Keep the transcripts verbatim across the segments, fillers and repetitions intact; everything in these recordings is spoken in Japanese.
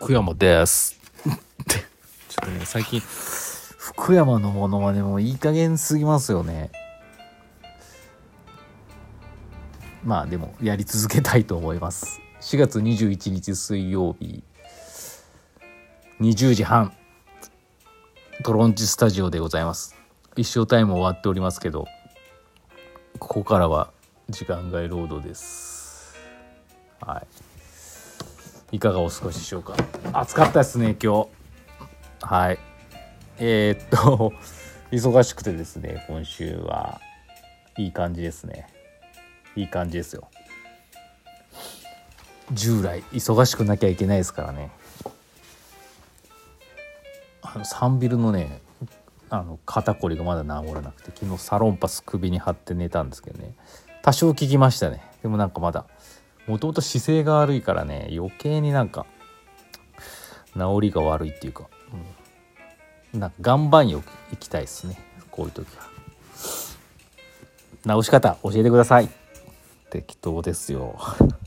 福山ですちょっとね最近福山のモノマネもいい加減すぎますよね。まあでもやり続けたいと思います。しがつにじゅういちにち水曜日にじゅうじはんトロンチスタジオでございます。一生タイム終わっておりますけど、ここからは時間外労働です。はい、いかがお過ごしでしょうか。暑かったですね今日。はい、えー、っと忙しくてですね、今週はいい感じですね。いい感じですよ。従来忙しくなきゃいけないですからね。あのサンビルのね、あの肩こりがまだ治らなくて、昨日サロンパス首に貼って寝たんですけどね、多少効きましたね。でもなんかまだもともと姿勢が悪いからね、余計になんか治りが悪いっていうか、うん、なんか岩盤浴行きたいですね、こういう時は。治し方教えてください。適当ですよ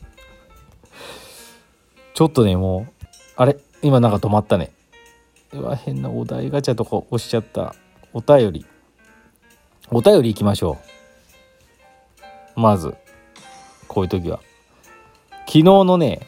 ちょっとね、もうあれ今なんか止まったね。うわ、変なお題ガチャとか押しちゃった。お便りお便り行きましょう。まずこういう時は昨日のね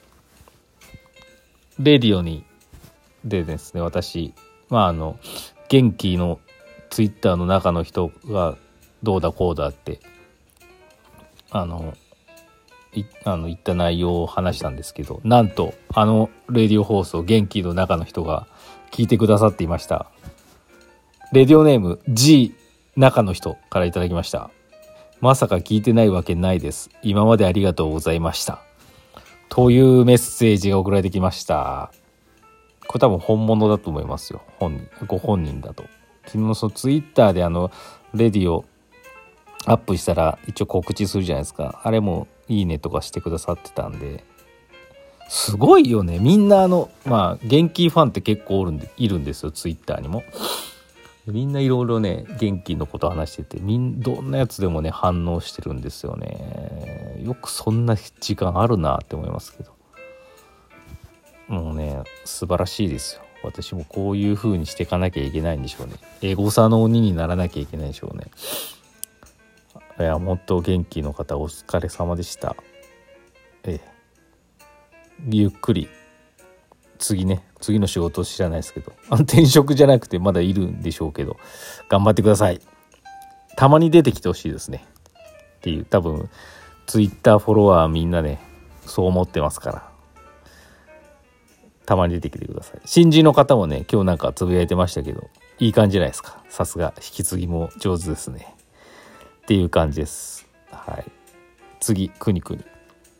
レディオにでですね、私まああの元気のツイッターの中の人がどうだこうだってあのいあの言った内容を話したんですけど、なんとあのレディオ放送元気の中の人が聞いてくださっていました。レディオネーム G 中の人からいただきました。まさか聞いてないわけないです。今までありがとうございましたというメッセージが送られてきました。これ多分本物だと思いますよ。本人ご本人だと。昨日そのツイッターであのレディオアップしたら一応告知するじゃないですか。あれもいいねとかしてくださってたんで、すごいよね。みんなあのまあ元気ファンって結構おるんでいるんですよ、ツイッターにも。みんないろいろね元気のこと話してて、みんどんなやつでもね反応してるんですよね。よくそんな時間あるなって思いますけど、もうね素晴らしいですよ。私もこういう風にしていかなきゃいけないんでしょうね。エゴサの鬼にならなきゃいけないでしょうね。いや、もっと元気の方お疲れ様でした。ええ、ゆっくり次ね次の仕事知らないですけど、あの転職じゃなくてまだいるんでしょうけど、頑張ってください。たまに出てきてほしいですねっていう、多分ツイッターフォロワーみんなねそう思ってますから、たまに出てきてください。新人の方もね今日なんかつぶやいてましたけど、いい感じじゃないですか。さすが引き継ぎも上手ですねっていう感じです。はい、次くにくに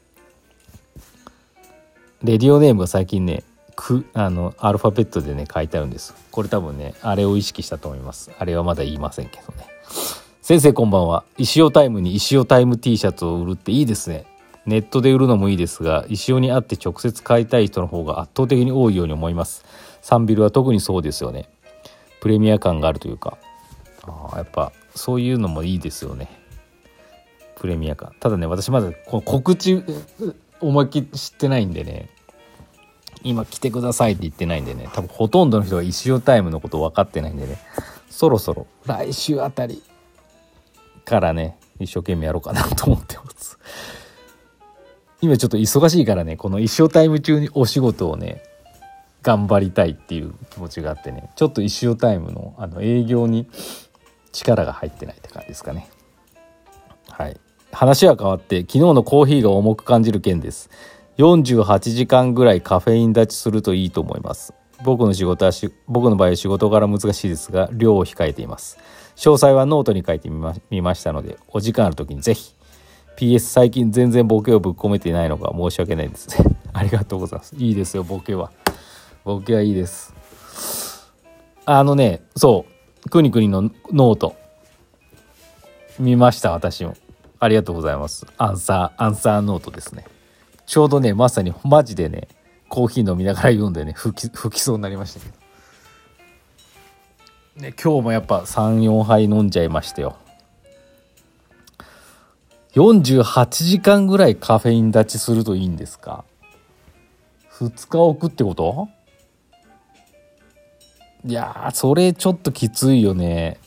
レディオネームが最近ねくあのアルファベットでね書いてあるんです。これ多分ねあれを意識したと思います。あれはまだ言いませんけどね。先生こんばんは。石尾タイムに石尾タイム T シャツを売るっていいですね。ネットで売るのもいいですが、石尾に会って直接買いたい人の方が圧倒的に多いように思います。サンビルは特にそうですよね。プレミア感があるというか、あやっぱそういうのもいいですよね。プレミア感。ただね、私まだこの告知思いっきり知ってないんでね、今来てくださいって言ってないんでね、多分ほとんどの人が石尾タイムのこと分かってないんでね、そろそろ来週あたりからね一生懸命やろうかなと思ってます。今ちょっと忙しいからね、この石尾タイム中にお仕事をね頑張りたいっていう気持ちがあってね、ちょっと石尾タイムのあの営業に力が入ってないって感じですかね。はい、話は変わって昨日のコーヒーが重く感じる件です。よんじゅうはちじかんぐらいカフェイン立ちするといいと思います。僕の仕事はし僕の場合は仕事柄難しいですが量を控えています。詳細はノートに書いてみ ま, みましたので、お時間ある時にぜひ。 ピーエス 最近全然ボケをぶっ込めていないのが申し訳ないですねありがとうございます。いいですよ、ボケはボケはいいです。あのね、そうくにくにのノート見ました。私もありがとうございます。アンサーアンサーノートですね。ちょうどねまさにマジでねコーヒー飲みながら読んでね吹き、吹きそうになりましたけど、ね、今日もやっぱ さん,よん 杯飲んじゃいましたよ。よんじゅうはちじかんぐらいカフェイン立ちするといいんですか。 ふつか置くってこと？いやーそれちょっときついよね。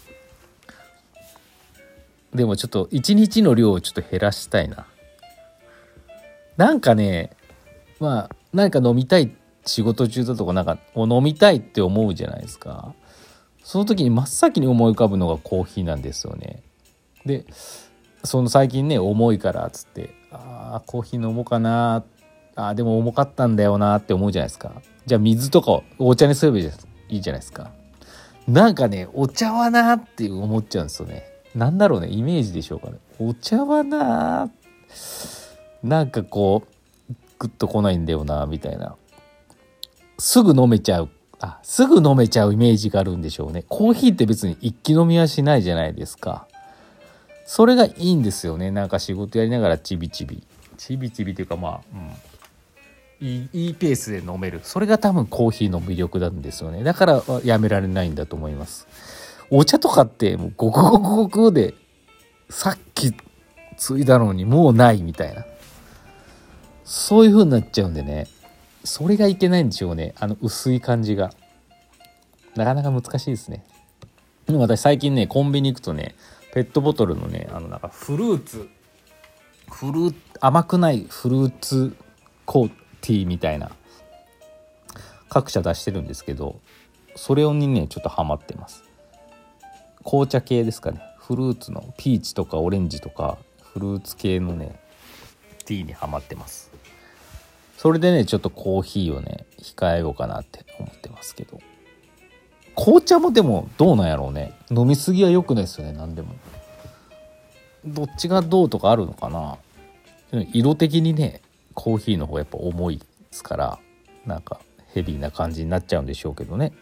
でもちょっといちにちの量をちょっと減らしたいな。なんかね、まあ何か飲みたい、仕事中だとかなんか飲みたいって思うじゃないですか。その時に真っ先に思い浮かぶのがコーヒーなんですよね。でその最近ね重いからっつってあーコーヒー飲もうかな、あでも重かったんだよなって思うじゃないですか。じゃあ水とかお茶にすればいいじゃないですか。なんかねお茶はなって思っちゃうんですよね。なんだろうね、イメージでしょうかね。お茶はななんかこうグッと来ないんだよなみたいな。すぐ飲めちゃう、あすぐ飲めちゃうイメージがあるんでしょうね。コーヒーって別に一気飲みはしないじゃないですか。それがいいんですよね。なんか仕事やりながらちびちびちびちびっていうかまあ、うん、いい、いいペースで飲める。それが多分コーヒーの魅力なんですよね。だからやめられないんだと思います。お茶とかってもうゴクゴクゴクでさっきついだのにもうないみたいな、そういう風になっちゃうんでね、それがいけないんでしょうね。あの薄い感じがなかなか難しいですね。でも私最近ねコンビニ行くとねペットボトルのねあのなんかフルーツフルー甘くないフルーツコーティーみたいな各社出してるんですけど、それにねちょっとハマってます。紅茶系ですかね。フルーツのピーチとかオレンジとかフルーツ系のねティーにハマってます。それでねちょっとコーヒーをね控えようかなって思ってますけど、紅茶もでもどうなんやろうね。飲みすぎは良くないですよね。何でもどっちがどうとかあるのかな。色的にねコーヒーの方がやっぱ重いですからなんかヘビーな感じになっちゃうんでしょうけどね。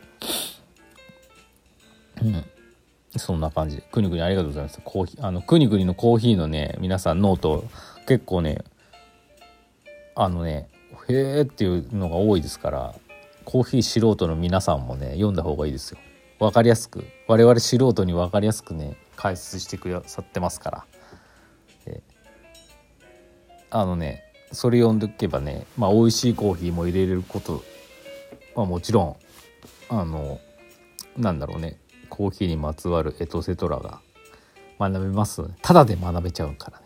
うんそんな感じでくにくにありがとうございます。コーヒーあのくにくにのコーヒーのね皆さんノート結構ねあのねへーっていうのが多いですから、コーヒー素人の皆さんもね読んだ方がいいですよ。わかりやすく我々素人にわかりやすくね解説してくださってますから、えあのねそれ読んでおけばね、まあ美味しいコーヒーも入れれること、まあ、もちろんあのなんだろうねコーヒーにまつわるエトセトラが学べます。ただで学べちゃうからね。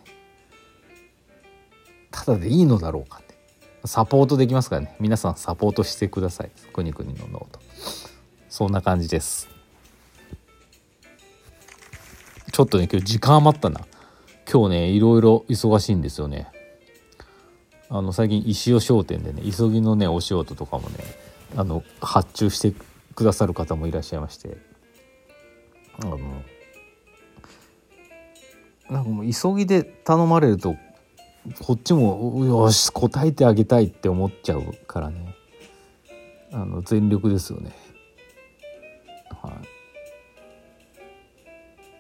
ただでいいのだろうかって、サポートできますからね。皆さんサポートしてください。くにくにのノート、そんな感じです。ちょっとね今日時間余ったな。今日ねいろいろ忙しいんですよね。あの最近石尾商店でね急ぎのねお仕事とかもねあの発注してくださる方もいらっしゃいまして、あのなんかもう急ぎで頼まれるとこっちもよし答えてあげたいって思っちゃうからね、あの全力ですよね。はい、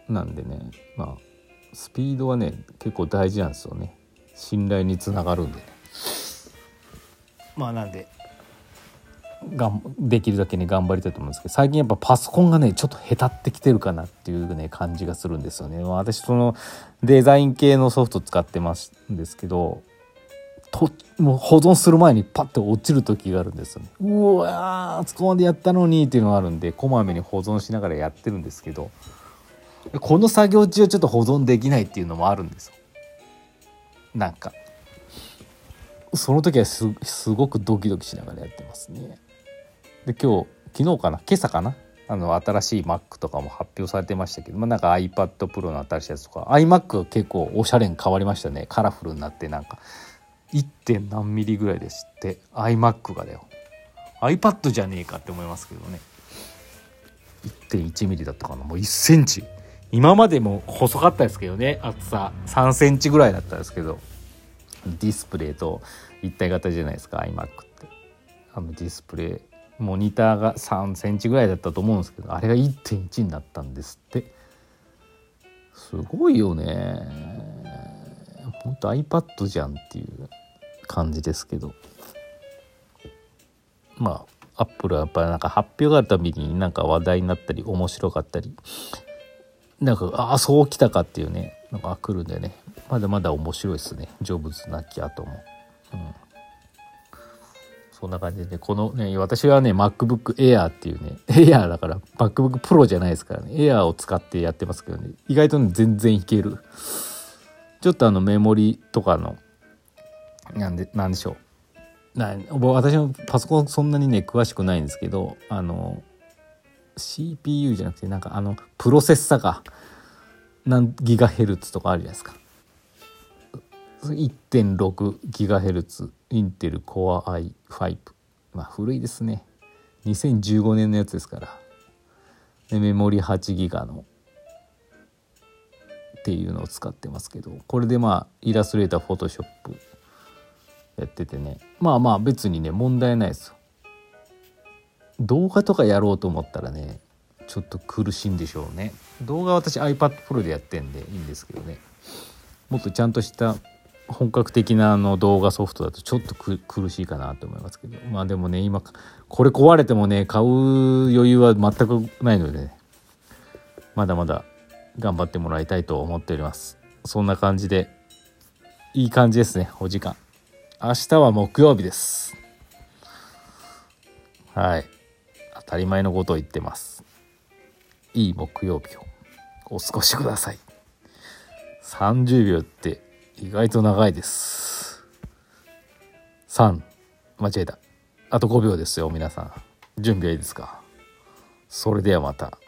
なんでねまあスピードはね結構大事なんですよね。信頼につながるんでね。まあなんでがんできるだけね頑張りたいと思うんですけど、最近やっぱパソコンがねちょっとへたってきてるかなっていうね感じがするんですよね。まあ、私そのデザイン系のソフト使ってますんですけど、ともう保存する前にパッと落ちる時があるんですよね。うわーそこまでやったのにっていうのがあるんでこまめに保存しながらやってるんですけど、この作業中はちょっと保存できないっていうのもあるんですよ。なんかその時は す, すごくドキドキしながらやってますね。で今日昨日かな今朝かなあの新しい Mac とかも発表されてましたけど、まあ、なんか iPad Pro の新しいやつとか iMac が結構おしゃれに変わりましたね。カラフルになってなんか いってん 何ミリぐらいですって iMac がだよ。 iPad じゃねえかって思いますけどね。 いってんいち ミリだったかな。もういっセンチ、今までも細かったですけどね、厚ささんセンチぐらいだったんですけど、ディスプレイと一体型じゃないですか iMac って。あのディスプレイモニターがさんセンチぐらいだったと思うんですけど、あれが いってんいち になったんですって。すごいよね。ほんと iPad じゃんっていう感じですけど、まあアップルはやっぱりなんか発表があるたびになんか話題になったり面白かったり、なんかああそうきたかっていうねのが来るんでね、まだまだ面白いですね。ジョブズなき後も、うん、 そんな感じで、ね、このね、私はね MacBook Air っていうね Air だから MacBook Pro じゃないですからね、 Air を使ってやってますけどね、意外とね全然いける。ちょっとあのメモリとかのなんでなんでしょうな、私もパソコンそんなにね詳しくないんですけど、あの シーピーユー じゃなくてなんかあのプロセッサが何ギガヘルツとかあるじゃないですか。 いってんろくギガヘルツ インテル Core アイファイブ、 まあ古いですね、にせんじゅうごねんのやつですから。でメモリはちギガのっていうのを使ってますけど、これでまあイラストレーター、フォトショップやっててね、まあまあ別にね問題ないですよ。動画とかやろうと思ったらねちょっと苦しいんでしょうね。動画は私 iPad Pro でやってんでいいんですけどね、もっとちゃんとした本格的なあの動画ソフトだとちょっとく苦しいかなと思いますけど、まあでもね今これ壊れてもね買う余裕は全くないので、ね、まだまだ頑張ってもらいたいと思っております。そんな感じでいい感じですね。お時間、明日は木曜日です。はい、当たり前のことを言ってます。いい木曜日をお過ごしください。さんじゅうびょうって意外と長いです。さん、間違えた、あとごびょうですよ。皆さん準備はいいですか？それではまた。